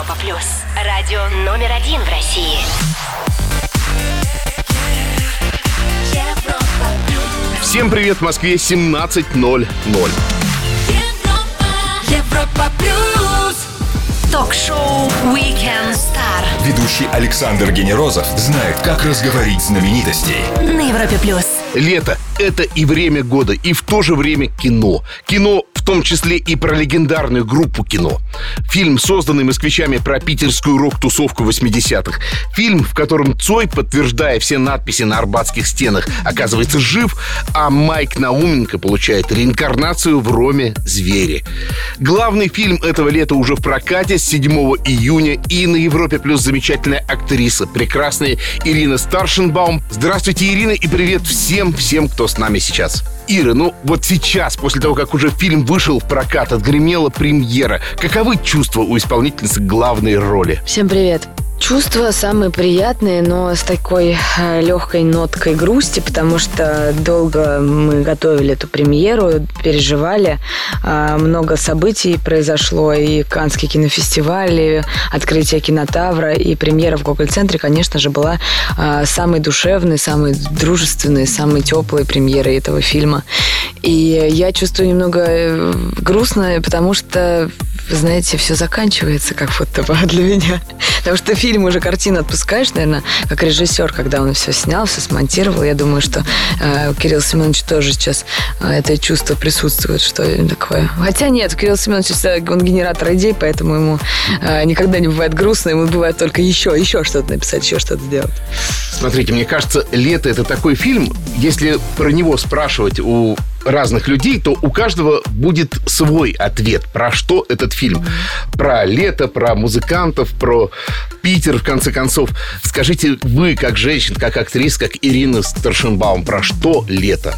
Европа Плюс. Радио номер 1 в России. Всем привет, в Москве 17:00. Европа Плюс. Ток-шоу Weekend Star. Ведущий Александр Генерозов знает, как разговорить знаменитостей. На Европе Плюс. Лето — это и время года, и в то же время кино. Кино в том числе и про легендарную группу кино. Фильм, созданный москвичами про питерскую рок-тусовку 80-х. Фильм, в котором Цой, подтверждая все надписи на арбатских стенах, оказывается жив, а Майк Науменко получает реинкарнацию в роме-звере. Главный фильм этого лета уже в прокате с 7 июня. И на Европе Плюс замечательная актриса, прекрасная Ирина Старшенбаум. Здравствуйте, Ирина, и привет всем, кто с нами сейчас. Ира, вот сейчас, после того, как уже фильм вышел в прокат, отгремела премьера, каковы чувства у исполнительницы главной роли? Всем привет. Чувства самые приятные, но с такой легкой ноткой грусти, потому что долго мы готовили эту премьеру, переживали. Много событий произошло, и Каннский кинофестиваль, и открытие кинотавра, и премьера в Гоголь-центре, конечно же, была самой душевной, самой дружественной, самой теплой премьерой этого фильма. И я чувствую немного грустно, потому что, вы знаете, все заканчивается как будто бы для меня. Потому что фильм уже, картину отпускаешь, наверное, как режиссер, когда он все снял, все смонтировал. Я думаю, что Кирилл Семенович тоже сейчас это чувство присутствует, что такое. Хотя нет, Кирилл Семенович, он генератор идей, поэтому ему никогда не бывает грустно, ему бывает только еще что-то написать, еще что-то сделать. Смотрите, мне кажется, «Лето» — это такой фильм, если про него спрашивать у разных людей, то у каждого будет свой ответ, про что этот фильм. Про лето, про музыкантов, про Питер, в конце концов. Скажите, вы, как женщина, как актриса, как Ирина Старшенбаум, про что «Лето»?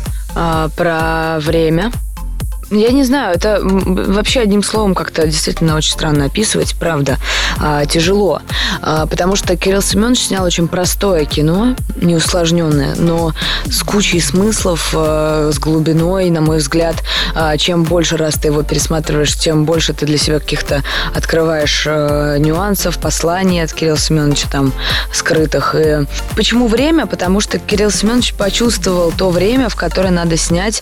Про время. Я не знаю, это вообще одним словом как-то действительно очень странно описывать, правда, тяжело, потому что Кирилл Семенович снял очень простое кино, неусложненное, но с кучей смыслов, с глубиной, на мой взгляд. Чем больше раз ты его пересматриваешь, тем больше ты для себя каких-то открываешь нюансов, посланий от Кирилла Семеновича там скрытых. И почему время? Потому что Кирилл Семенович почувствовал то время, в которое надо снять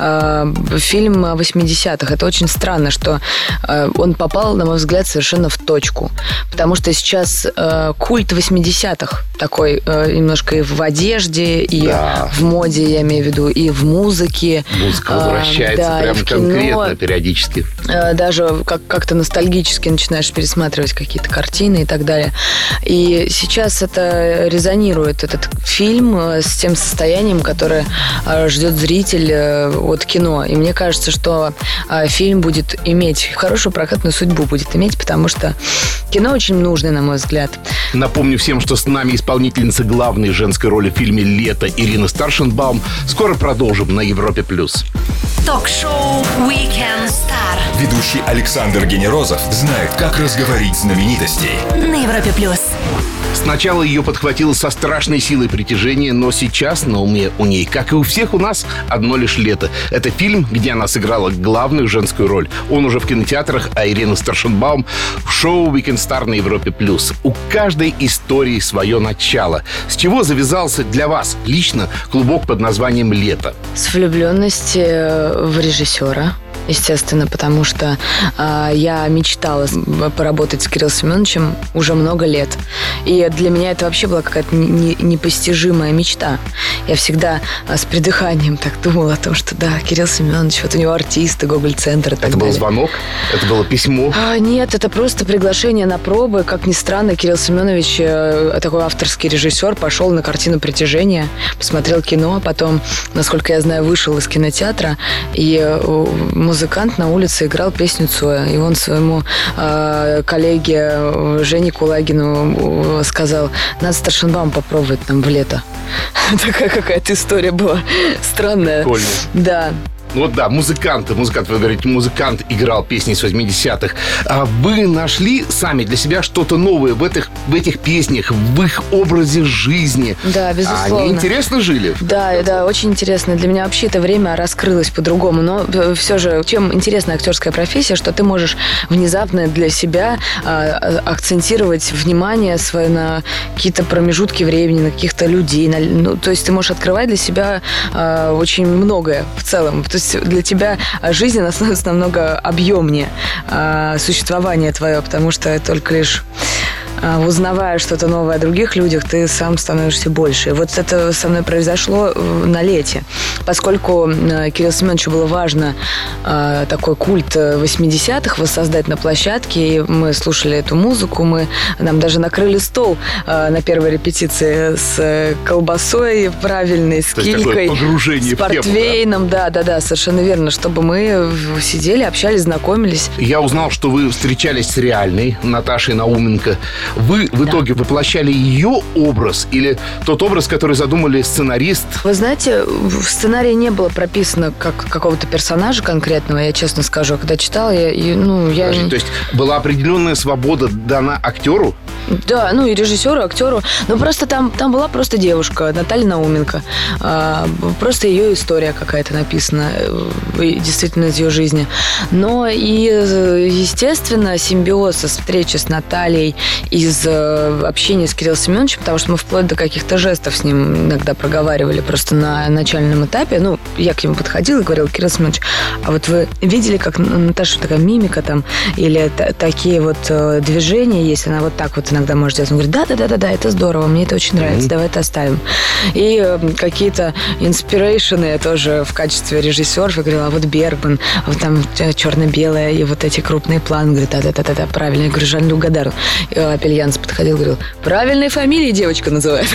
фильм 80-х. Это очень странно, что он попал, на мой взгляд, совершенно в точку. Потому что сейчас культ 80-х такой немножко и в одежде, и в моде, я имею в виду, и в музыке. Музыка возвращается прям конкретно, периодически. Даже как-то ностальгически начинаешь пересматривать какие-то картины и так далее. И сейчас это резонирует, этот фильм, с тем состоянием, которое ждет зритель от кино. И мне кажется, что фильм будет иметь хорошую прокатную судьбу, будет иметь, потому что кино очень нужное, на мой взгляд. Напомню всем, что с нами исполнительница главной женской роли в фильме «Лето» Ирина Старшенбаум. Скоро продолжим на Европе+. Ток-шоу Weekend Star. Ведущий Александр Генерозов знает, как разговорить знаменитостей. На Европе+. Сначала ее подхватило со страшной силой притяжения, но сейчас на уме у ней, как и у всех у нас, одно лишь «Лето». Это фильм, где она сыграла главную женскую роль. Он уже в кинотеатрах, а Ирина Старшенбаум в шоу «Weekend Star» на Европе+. У каждой истории свое начало. С чего завязался для вас лично клубок под названием «Лето»? С влюбленности в режиссера. Естественно, потому что я мечтала поработать с Кириллом Семеновичем уже много лет. И для меня это вообще была какая-то непостижимая мечта. Я всегда с придыханием так думала о том, что да, Кирилл Семенович, вот у него артисты, Гоголь-центр и так далее. Это был звонок? Это было письмо? Нет, это просто приглашение на пробы. Как ни странно, Кирилл Семенович, такой авторский режиссер, пошел на картину «Притяжение», посмотрел кино, потом, насколько я знаю, вышел из кинотеатра, и музыкант на улице играл песню Цоя. И он своему коллеге Жене Кулагину сказал: надо Старшенбаум попробовать нам в «Лето». Такая какая-то история была странная. Прикольно. Да. Вот да, музыкант, вы говорите, музыкант играл песни с 80-х. А вы нашли сами для себя что-то новое в этих песнях, в их образе жизни? Да, безусловно. Они интересно жили? Да, очень интересно. Для меня вообще это время раскрылось по-другому. Но все же, чем интересна актерская профессия, что ты можешь внезапно для себя акцентировать внимание свое на какие-то промежутки времени, на каких-то людей. То есть ты можешь открывать для себя очень многое в целом. То есть для тебя жизнь становится намного объемнее, существование твое, потому что только лишь узнавая что-то новое о других людях, ты сам становишься больше. И вот это со мной произошло на лете. Поскольку Кириллу Семеновичу было важно такой культ 80-х воссоздать на площадке, и мы слушали эту музыку, нам даже накрыли стол на первой репетиции с колбасой правильной, с килькой, с портвейном. Да, совершенно верно, чтобы мы сидели, общались, знакомились. Я узнал, что вы встречались с реальной Наташей Науменко. Вы в итоге воплощали ее образ или тот образ, который задумали сценарист? Вы знаете, в сценарии не было прописано как какого-то персонажа конкретного, я честно скажу. Когда читала, То есть была определенная свобода дана актеру? Да, и режиссеру, и актеру. Но просто там была просто девушка, Наталья Науменко. Просто ее история какая-то написана, действительно из ее жизни. Но и, естественно, симбиоз, встреча с Натальей из общения с Кириллом Семеновичем, потому что мы вплоть до каких-то жестов с ним иногда проговаривали просто на начальном этапе. Я к нему подходила и говорила: Кирилл Семенович, а вот вы видели, как Наташа такая мимика там, или такие вот движения есть, она вот так вот иногда может делать. Он говорит: да, это здорово, мне это очень нравится, давай это оставим. И какие-то инспирейшены я тоже в качестве режиссеров говорила: а вот Бергман, вот там черно-белое и вот эти крупные планы. Говорит: да, правильно. Я говорю: Жан-Люк Годар. Апельянс подходил, говорил: правильные фамилии девочка называет.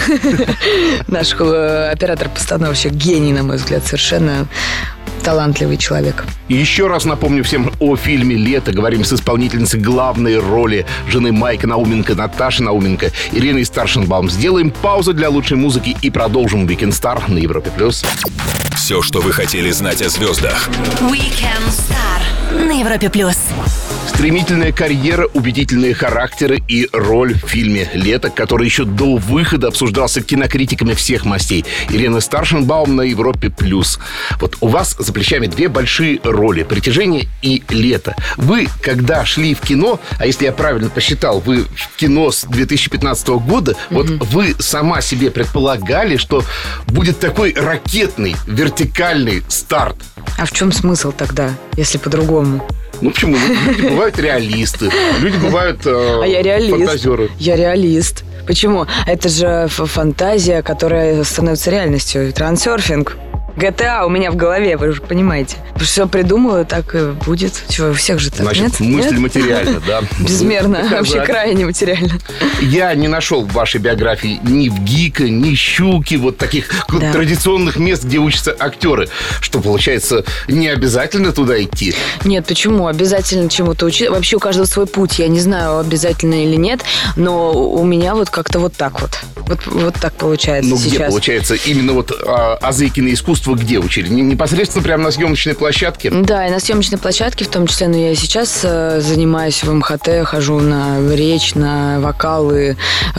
Наш оператор-постановщик, гений, на мой взгляд, совершенно талантливый человек. И еще раз напомню всем о фильме «Лето». Говорим с исполнительницей главной роли жены Майка Науменко, Наташи Науменко, Ириной Старшенбаум. Сделаем паузу для лучшей музыки и продолжим Weekend Star на Европе+. Все, что вы хотели знать о звездах. Weekend Star на Европе+. Стремительная карьера, убедительные характеры и роль в фильме «Лето», который еще до выхода обсуждался кинокритиками всех мастей. Ирина Старшенбаум на Европе+. Вот у вас за плечами две большие роли: «Притяжение» и «Лето». Вы, когда шли в кино, а если я правильно посчитал, вы в кино с 2015 года, вот вы сама себе предполагали, что будет такой ракетный, вертикальный старт? А в чем смысл тогда, если по-другому? Почему? Люди бывают реалисты, люди бывают я реалист. Фантазеры. Я реалист. Почему? Это же фантазия, которая становится реальностью. Трансерфинг. GTA у меня в голове, вы уже понимаете. Все придумаю, так и будет. Чего, у всех же так, значит, нет? мысль материальна, да? Безмерно, вообще крайне материально. Я не нашел в вашей биографии ни ВГИКа, ни Щуки, вот таких традиционных мест, где учатся актеры. Что, получается, не обязательно туда идти? Нет, почему? Обязательно чему-то учиться. Вообще у каждого свой путь. Я не знаю, обязательно или нет, но у меня вот как-то вот так вот. Вот так получается сейчас. Где получается именно вот азы киноискусства где учили? Непосредственно прямо на съемочной площадке? Да, и на съемочной площадке в том числе. Но я и сейчас занимаюсь в МХТ, хожу на речь, на вокал. И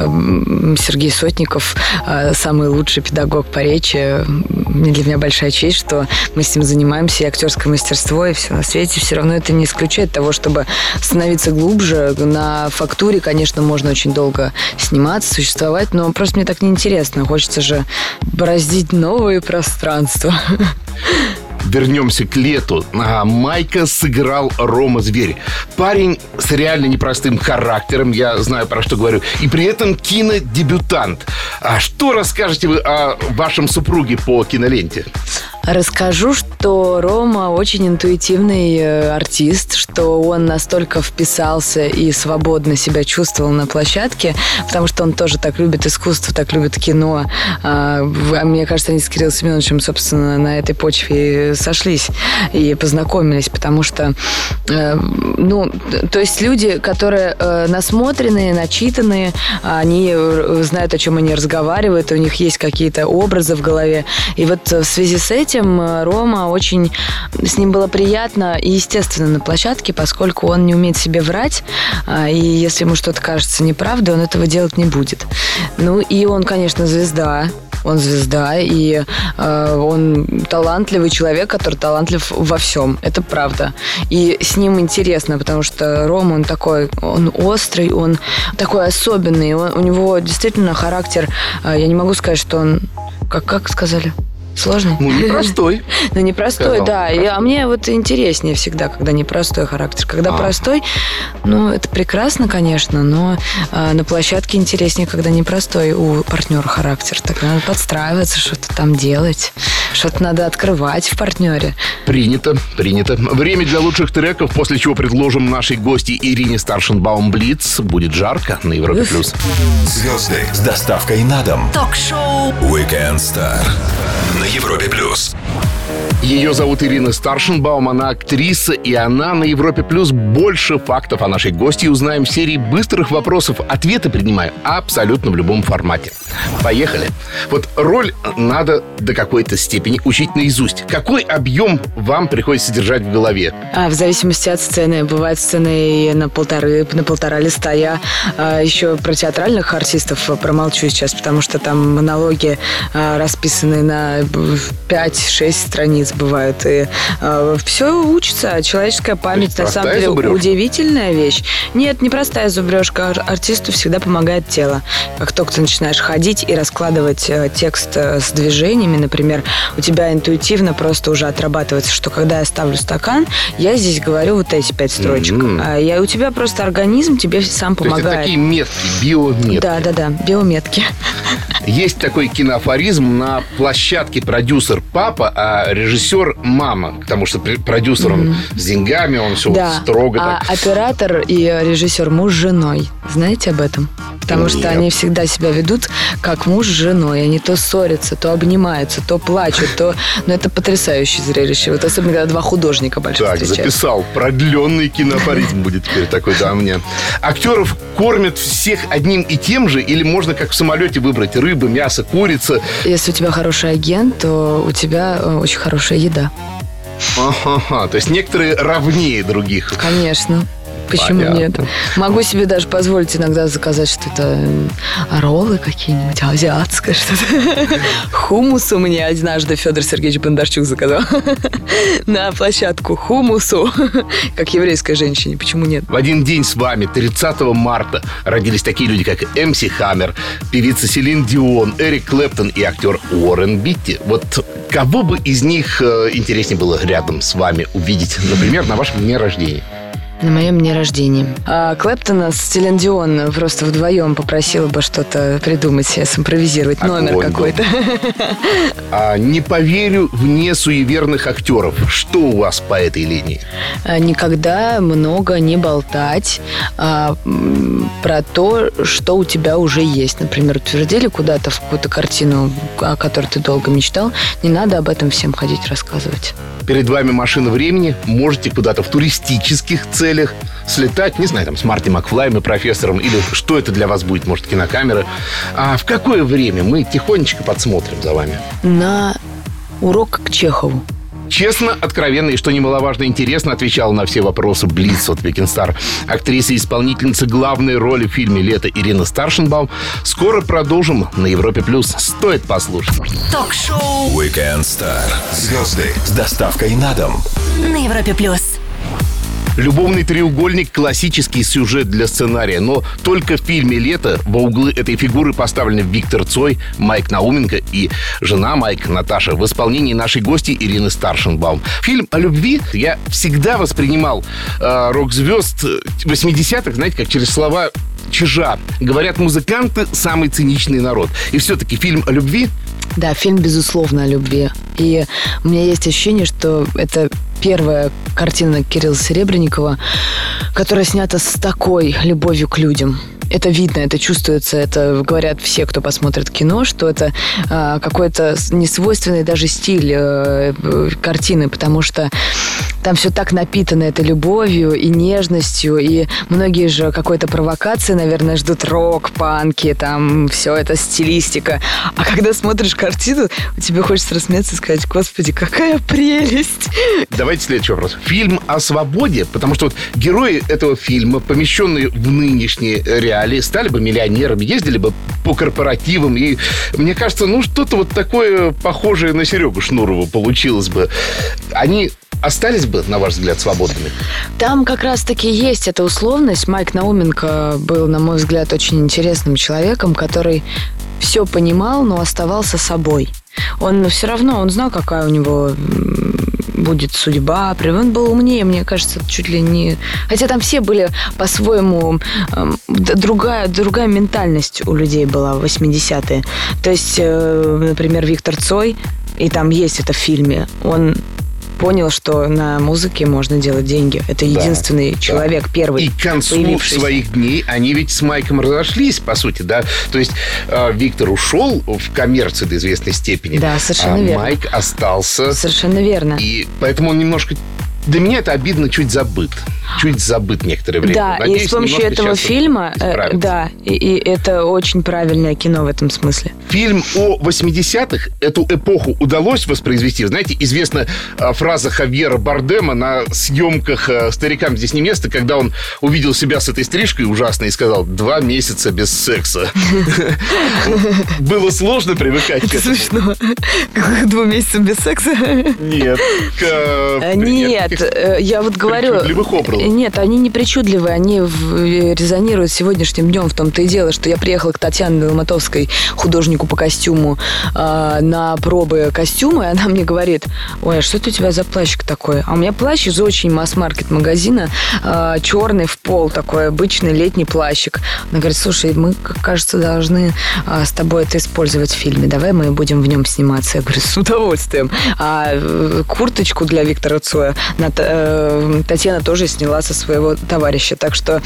Сергей Сотников самый лучший педагог по речи. Для меня большая честь, что мы с ним занимаемся. И актерское мастерство, и все на свете. Все равно это не исключает того, чтобы становиться глубже. На фактуре, конечно, можно очень долго сниматься, существовать, но просто мне так неинтересно. Хочется же бороздить новые пространства. Вернемся к «Лету». Майка сыграл Рома Зверь. Парень с реально непростым характером, я знаю, про что говорю, и при этом кинодебютант. А что расскажете вы о вашем супруге по киноленте? Расскажу, что Рома очень интуитивный артист, что он настолько вписался и свободно себя чувствовал на площадке, потому что он тоже так любит искусство, так любит кино. Мне кажется, они с Кириллом Семеновичем, собственно, на этой почве сошлись и познакомились, потому что, то есть люди, которые насмотренные, начитанные, они знают, о чем они разговаривают, у них есть какие-то образы в голове. И вот в связи с этим этим Рома очень... С ним было приятно и естественно на площадке, поскольку он не умеет себе врать, и если ему что-то кажется неправдой, он этого делать не будет. Ну, и он, конечно, звезда. Он звезда, и он талантливый человек, который талантлив во всем. Это правда. И с ним интересно, потому что Рома, он такой, он острый, он такой особенный. У него действительно характер, я не могу сказать, что он, как сказали? Сложный? Ну, непростой. Ну, непростой, да. А мне вот интереснее всегда, когда непростой характер. Когда простой, ну, это прекрасно, конечно, но на площадке интереснее, когда непростой у партнера характер. Так надо подстраиваться, что-то там делать, что-то надо открывать в партнере. Принято. Время для лучших треков, после чего предложим нашей гости Ирине Старшенбаум Блиц. Будет жарко на Европе+. Звезды с доставкой на дом. Ток-шоу Weekend Star на Европе+. Ее зовут Ирина Старшенбаум, она актриса, и она на Европе+. Больше фактов о нашей гости узнаем в серии быстрых вопросов. Ответы принимаю абсолютно в любом формате. Поехали. Вот роль надо до какой-то степени учить наизусть. Какой объем вам приходится держать в голове? В зависимости от сцены. Бывают сцены и на полтора листа. Я еще про театральных артистов промолчу сейчас, потому что там монологи расписаны на 5-6 страниц бывают. И все учится. Человеческая память, на самом деле, удивительная вещь. Нет, не простая зубрежка. Артисту всегда помогает тело. Как только ты начинаешь ходить и раскладывать текст с движениями, например, у тебя интуитивно просто уже отрабатывается, что когда я ставлю стакан, я здесь говорю вот эти 5 строчек. У тебя просто организм тебе сам помогает. То есть это такие метки, биометки. Да, биометки. Есть такой киноафоризм: на площадке продюсер папа, а режиссер мама. Потому что продюсер, он с деньгами, он все строго так. А оператор и режиссер муж с женой. Знаете об этом? Потому что они всегда себя ведут как муж с женой. Они то ссорятся, то обнимаются, то плачут, то... Но это потрясающее зрелище. Вот особенно, когда два художника больших встречаются. Так, записал. Продленный киноафоризм будет теперь такой, да, мне. Актеров кормят всех одним и тем же? Или можно, как в самолете, выбрать рыба, мясо, курица? Если у тебя хороший агент, то у тебя очень хорошая еда. Ага, то есть некоторые равнее других. Конечно. Почему нет? Могу себе даже позволить иногда заказать что-то, роллы какие-нибудь, азиатское что-то. Хумусу мне однажды Федор Сергеевич Бондарчук заказал на площадку. Хумусу. Как еврейской женщине. Почему нет? В один день с вами, 30 марта, родились такие люди, как МС Хаммер, певица Селин Дион, Эрик Клэптон и актер Уоррен Битти. Вот кого бы из них интереснее было рядом с вами увидеть, например, на вашем дне рождения? На моем дне рождения. Клэптона с Селин Дион просто вдвоем попросила бы что-то придумать себе, симпровизировать. Номер какой-то. Не поверю в несуеверных актеров. Что у вас по этой линии? Никогда много не болтать про то, что у тебя уже есть. Например, утвердили куда-то в какую-то картину, о которой ты долго мечтал. Не надо об этом всем ходить рассказывать. Перед вами машина времени. Можете куда-то в туристических целях слетать, не знаю, там, с Марти Макфлаем и профессором, или что это для вас будет, может, кинокамера. А в какое время мы тихонечко подсмотрим за вами? На урок к Чехову. Честно, откровенно и, что немаловажно, интересно отвечала на все вопросы Блиц от Weekend Star. Актриса и исполнительница главной роли в фильме «Лето» Ирина Старшенбаум. Скоро продолжим на Европе+. Стоит послушать. Ток-шоу Weekend Star. Звезды с доставкой на дом. На Европе+. Любовный треугольник – классический сюжет для сценария, но только в фильме «Лето» во углы этой фигуры поставлены Виктор Цой, Майк Науменко и жена Майка Наташа в исполнении нашей гости Ирины Старшенбаум. Фильм о любви я всегда воспринимал рок-звезд 80-х, знаете, как через слова Чижа. Говорят, музыканты – самый циничный народ. И все-таки фильм о любви. Да, фильм, безусловно, о любви. И у меня есть ощущение, что это первая картина Кирилла Серебренникова, которая снята с такой любовью к людям. Это видно, это чувствуется, это говорят все, кто посмотрит кино, что это какой-то несвойственный даже стиль картины, потому что там все так напитано этой любовью и нежностью, и многие же какой-то провокации, наверное, ждут рок, панки, там все это стилистика. А когда смотришь картину, тебе хочется рассмеяться и сказать: господи, какая прелесть! Давайте следующий вопрос. Фильм о свободе, потому что вот герои этого фильма, помещенные в нынешние реалии, стали бы миллионерами, ездили бы по корпоративам, и мне кажется, что-то вот такое похожее на Серегу Шнурова получилось бы. Они остались бы, на ваш взгляд, свободными? Там как раз-таки есть эта условность. Майк Науменко был, на мой взгляд, очень интересным человеком, который все понимал, но оставался собой. Он все равно, он знал, какая у него будет судьба. Он был умнее, мне кажется, чуть ли не... Хотя там все были по-своему... Другая ментальность у людей была в 80-е. То есть, например, Виктор Цой, и там есть это в фильме, он понял, что на музыке можно делать деньги. Это единственный человек, первый. И к концу своих дней они ведь с Майком разошлись, по сути, да? То есть Виктор ушел в коммерцию до известной степени. Да, совершенно верно. Майк остался. Совершенно верно. И поэтому он немножко... Для меня это обидно, чуть забыт некоторое время. Да, надеюсь, и с помощью этого фильма, да, и это очень правильное кино в этом смысле. Фильм о 80-х, эту эпоху удалось воспроизвести. Знаете, известна фраза Хавьера Бардема на съемках «Старикам здесь не место», когда он увидел себя с этой стрижкой ужасной и сказал: 2 месяца без секса. Было сложно привыкать к этому. Смешно. 2 месяца без секса? Нет. Нет, я вот говорю... Причудливых образов. Нет, они не причудливые, они резонируют с сегодняшним днем. В том-то и дело, что я приехала к Татьяне Ломатовской, художнику по костюму, на пробы костюма, и она мне говорит: ой, а что это у тебя за плащик такой? А у меня плащ из очень масс-маркет магазина, черный в пол, такой обычный летний плащик. Она говорит: слушай, мы, кажется, должны с тобой это использовать в фильме. Давай мы будем в нем сниматься. Я говорю: с удовольствием. А курточку для Виктора Цоя Татьяна тоже сняла со своего товарища. Так что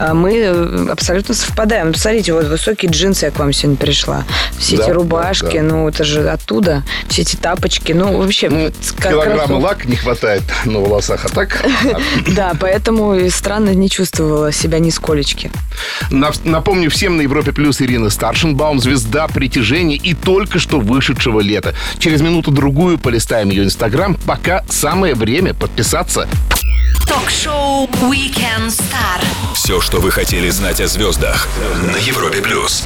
мы абсолютно совпадаем. Посмотрите, вот высокие джинсы, я к вам сегодня пришла. Все эти рубашки, это же оттуда. Все эти тапочки, вообще... Килограмма лака не хватает на волосах, а так... Да, поэтому странно не чувствовала себя нисколечки. Напомню всем, на Европе Плюс Ирина Старшенбаум, звезда притяжения и только что вышедшего лета. Через минуту-другую полистаем ее Инстаграм. Пока самое время подписаться. Ток-шоу Weekend Star. Все, что вы хотели знать о звездах на Европе Плюс.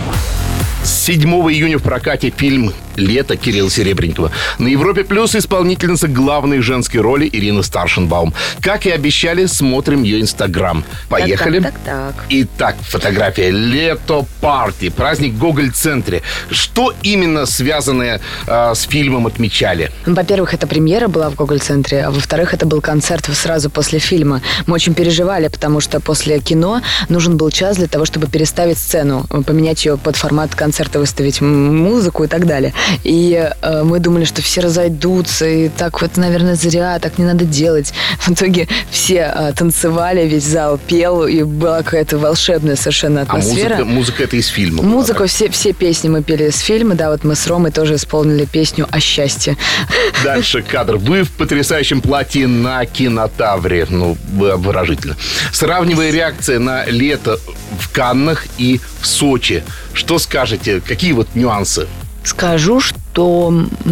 С 7 июня в прокате фильм «Лето» Кирилла Серебренникова. На Европе Плюс исполнительница главной женской роли Ирина Старшенбаум. Как и обещали, смотрим ее Инстаграм. Поехали. Так. Итак, фотография «Лето парти», праздник в Гоголь-центре. Что именно связанное с фильмом отмечали? Во-первых, это премьера была в Гоголь-центре, а во-вторых, это был концерт сразу после фильма. Мы очень переживали, потому что после кино нужен был час для того, чтобы переставить сцену, поменять ее под формат концерта, выставить музыку и так далее. И мы думали, что все разойдутся, и так вот, наверное, зря, так не надо делать. В итоге все танцевали, весь зал пел, и была какая-то волшебная совершенно атмосфера. А музыка это из фильма? Музыку, все песни мы пели из фильма, да, вот мы с Ромой тоже исполнили песню о счастье. Дальше кадр. Вы в потрясающем платье на Кинотавре. Выразительно. Сравнивая реакции на лето в Каннах и в Сочи, что скажете? Какие вот нюансы? Скажу, что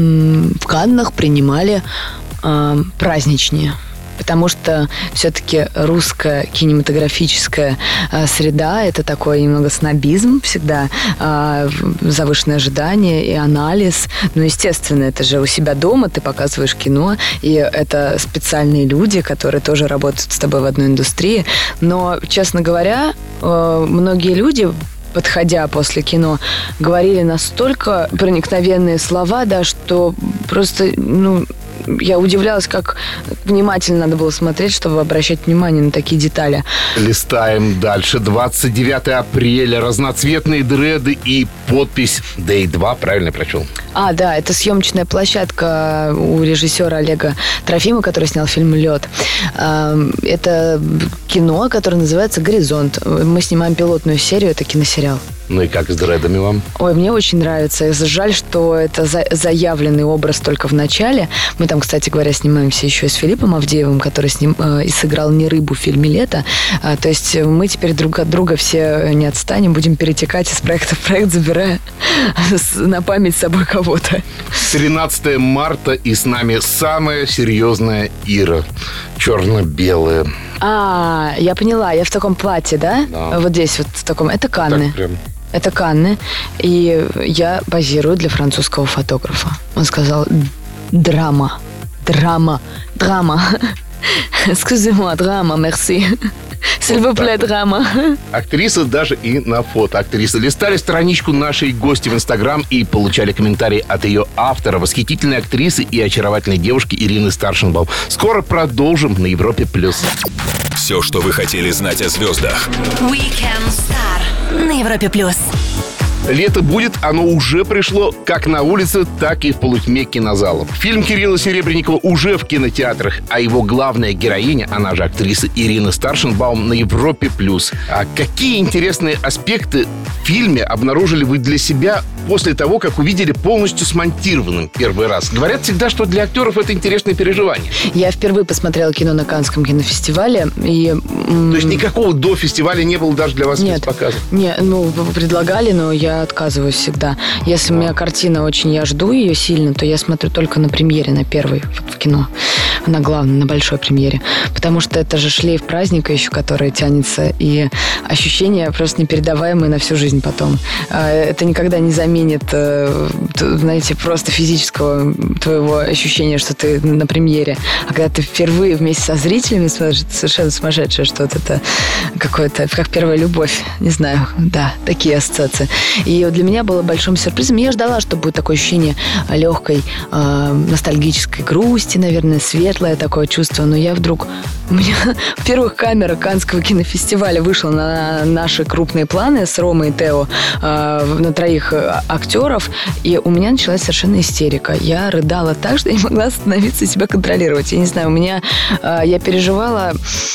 в Каннах принимали праздничнее. Потому что все-таки русская кинематографическая среда – это такой немного снобизм всегда, завышенное ожидание и анализ. Естественно, это же у себя дома ты показываешь кино, и это специальные люди, которые тоже работают с тобой в одной индустрии. Но, честно говоря, многие люди, подходя после кино, говорили настолько проникновенные слова, да, что просто, я удивлялась, как внимательно надо было смотреть, чтобы обращать внимание на такие детали. Листаем дальше. 29 апреля. Разноцветные дреды и подпись Day 2. Правильно я прочел? Да, это съемочная площадка у режиссера Олега Трофимова, который снял фильм «Лед». Это кино, которое называется «Горизонт». Мы снимаем пилотную серию, это киносериал. Ну и как с дредами вам? Ой, мне очень нравится. Жаль, что это заявленный образ только в начале. Мы там, кстати говоря, снимаемся еще и с Филиппом Авдеевым, который и сыграл «Не рыбу» в фильме «Лето». То есть мы теперь друг от друга все не отстанем, будем перетекать из проекта в проект, забирая на память с собой кого-то. 13 марта, и с нами самая серьезная Ира. Черно-белая. Я поняла. Я в таком платье, да? Да. Вот здесь вот в таком. Это Канны. Так прям. Это Канны. И я позирую для французского фотографа. Он сказал: драма. Excusez-moi, драма, merci. S'il vous plaît, драма. Актриса даже и на фото. Актриса. Листали страничку нашей гости в Инстаграм и получали комментарии от ее автора, восхитительной актрисы и очаровательной девушки Ирины Старшенбаум. Скоро продолжим на Европе+. Все, что вы хотели знать о звездах. Weekend Star на Европе+. Лето будет, оно уже пришло как на улице, так и в полутьме кинозалов. Фильм Кирилла Серебренникова уже в кинотеатрах, а его главная героиня, она же актриса Ирина Старшенбаум, на Европе+. А какие интересные аспекты в фильме обнаружили вы для себя после того, как увидели полностью смонтированным первый раз? Говорят всегда, что для актеров это интересное переживание. Я впервые посмотрела кино на Каннском кинофестивале. И, То есть никакого до фестиваля не было даже для вас спецпоказа? Нет, предлагали, но я отказываюсь всегда. Если у меня картина очень, я жду ее сильно, то я смотрю только на премьере, на первой в кино. На главной, на большой премьере. Потому что это же шлейф праздника еще, который тянется, и ощущения просто непередаваемые на всю жизнь потом. Это никогда не заменит, знаете, просто физического твоего ощущения, что ты на премьере. А когда ты впервые вместе со зрителями смотришь, это совершенно сумасшедшее что-то. Это какое-то, как первая любовь. Не знаю, да, такие ассоциации. И для меня было большим сюрпризом. Я ждала, что будет такое ощущение легкой, ностальгической грусти, наверное, светлое такое чувство. Но я вдруг... У меня, во-первых, камера Каннского кинофестиваля вышла на наши крупные планы с Ромой и Тео, на 3 актеров, и у меня началась совершенно истерика. Я рыдала так, что я не могла остановиться и себя контролировать. Я не знаю, я переживала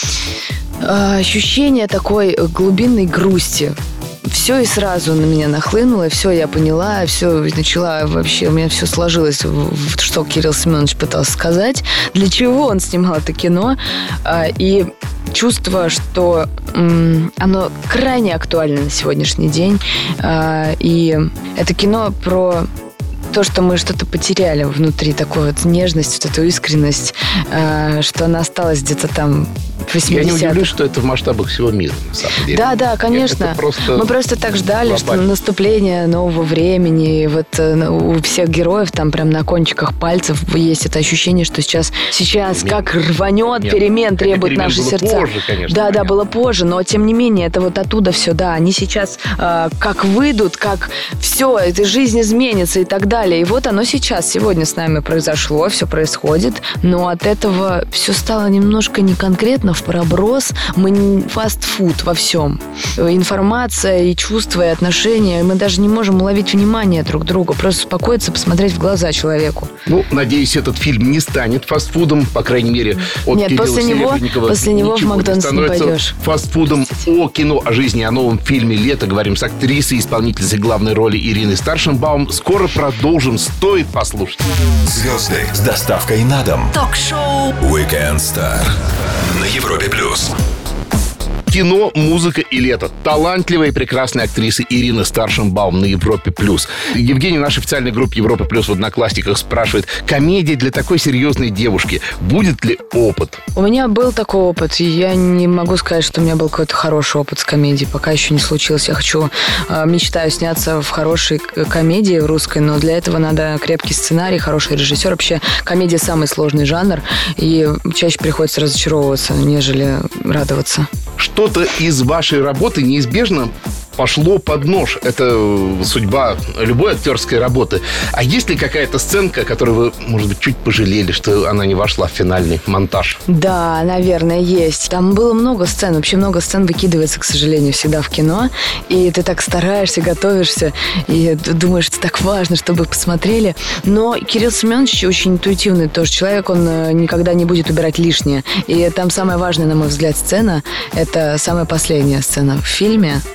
ощущение такой глубинной грусти. Все и сразу на меня нахлынуло, все я поняла, все начала вообще, у меня все сложилось, что Кирилл Семенович пытался сказать, для чего он снимал это кино, и чувство, что оно крайне актуально на сегодняшний день, и это кино про то, что мы что-то потеряли внутри, такую вот нежность, вот эту искренность, что она осталась где-то там в 80-х. Я не удивлюсь, что это в масштабах всего мира, на самом деле. Да, конечно. Мы просто так ждали, глобально, что наступление нового времени, вот у всех героев там прям на кончиках пальцев есть это ощущение, что сейчас как рванет, перемен требуют наши сердца. Позже, конечно, да, было позже, но тем не менее, это вот оттуда все, да, они сейчас как выйдут, как все, эта жизнь изменится и так далее. И вот оно сейчас, сегодня с нами произошло, все происходит, но от этого все стало немножко не конкретно, в проброс, мы фастфуд во всем. Информация и чувства, и отношения, мы даже не можем уловить внимание друг друга, просто успокоиться, посмотреть в глаза человеку. Ну, надеюсь, этот фильм не станет фастфудом, по крайней мере, от Нет, Кирилла Серебренникова. После него в Макдональдс не пойдешь. Фастфудом о кино, о жизни, о новом фильме «Лето». Говорим с актрисой и исполнительницей главной роли Ириной Старшенбаум. Скоро продолжим, стоит послушать. Звезды с доставкой на дом. Ток-шоу Weekend Star на Европе+. Кино, музыка и лето. Талантливая и прекрасная актриса Ирина Старшенбаум на Европе+. Евгений в нашей официальной группе Европа+ в Одноклассниках спрашивает: комедия для такой серьезной девушки, будет ли опыт? У меня был такой опыт, и я не могу сказать, что у меня был какой-то хороший опыт с комедией. Пока еще не случилось. Я мечтаю сняться в хорошей комедии русской, но для этого надо крепкий сценарий, хороший режиссер. Вообще, комедия самый сложный жанр, и чаще приходится разочаровываться, нежели радоваться. Что-то из вашей работы неизбежно пошло под нож. Это судьба любой актерской работы. А есть ли какая-то сценка, которую вы, может быть, чуть пожалели, что она не вошла в финальный монтаж? Да, наверное, есть. Там было много сцен. Вообще много сцен выкидывается, к сожалению, всегда в кино. И ты так стараешься, готовишься, и думаешь, это так важно, чтобы посмотрели. Но Кирилл Семенович очень интуитивный тоже человек. Он никогда не будет убирать лишнее. И там самая важная, на мой взгляд, сцена — это самая последняя сцена в фильме. Она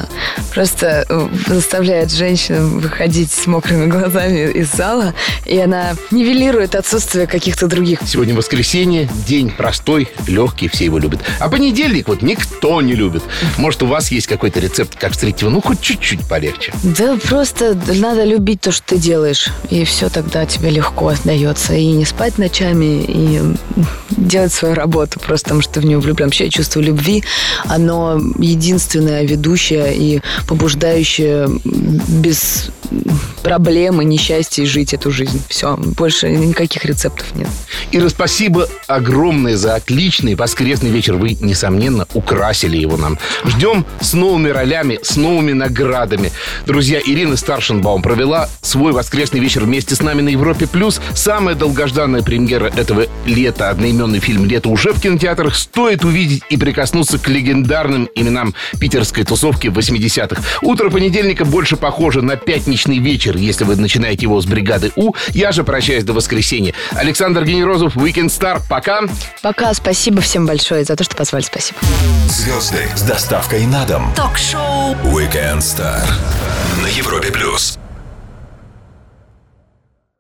она просто заставляет женщин выходить с мокрыми глазами из зала, и она нивелирует отсутствие каких-то других. Сегодня воскресенье, день простой, легкий, все его любят. А понедельник вот никто не любит. Может, у вас есть какой-то рецепт, как встретить его, ну, хоть чуть-чуть полегче? Да просто надо любить то, что ты делаешь, и все тогда тебе легко дается. И не спать ночами, и делать свою работу, просто потому что ты в нее влюблен. Вообще чувство любви, оно единственное ведущее и побуждающее без проблем и несчастья жить эту жизнь. Все, больше никаких рецептов нет. Ира, спасибо огромное за отличный воскресный вечер. Вы, несомненно, украсили его нам. Ждем с новыми ролями, с новыми наградами. Друзья, Ирина Старшенбаум провела свой воскресный вечер вместе с нами на Европе+. Самая долгожданная премьера этого лета, одноименный фильм «Лето» уже в кинотеатрах. Стоит увидеть и прикоснуться к легендарным именам питерской тусовки 80-х. Утро понедельника больше похоже на пятничный вечер, если вы начинаете его с бригады У. Я же прощаюсь до воскресенья. Александр Генерозов, Weekend Star. Пока. Пока. Спасибо всем большое за то, что позвали. Спасибо. Звезды с доставкой на дом. Ток-шоу Weekend Star на Европе+.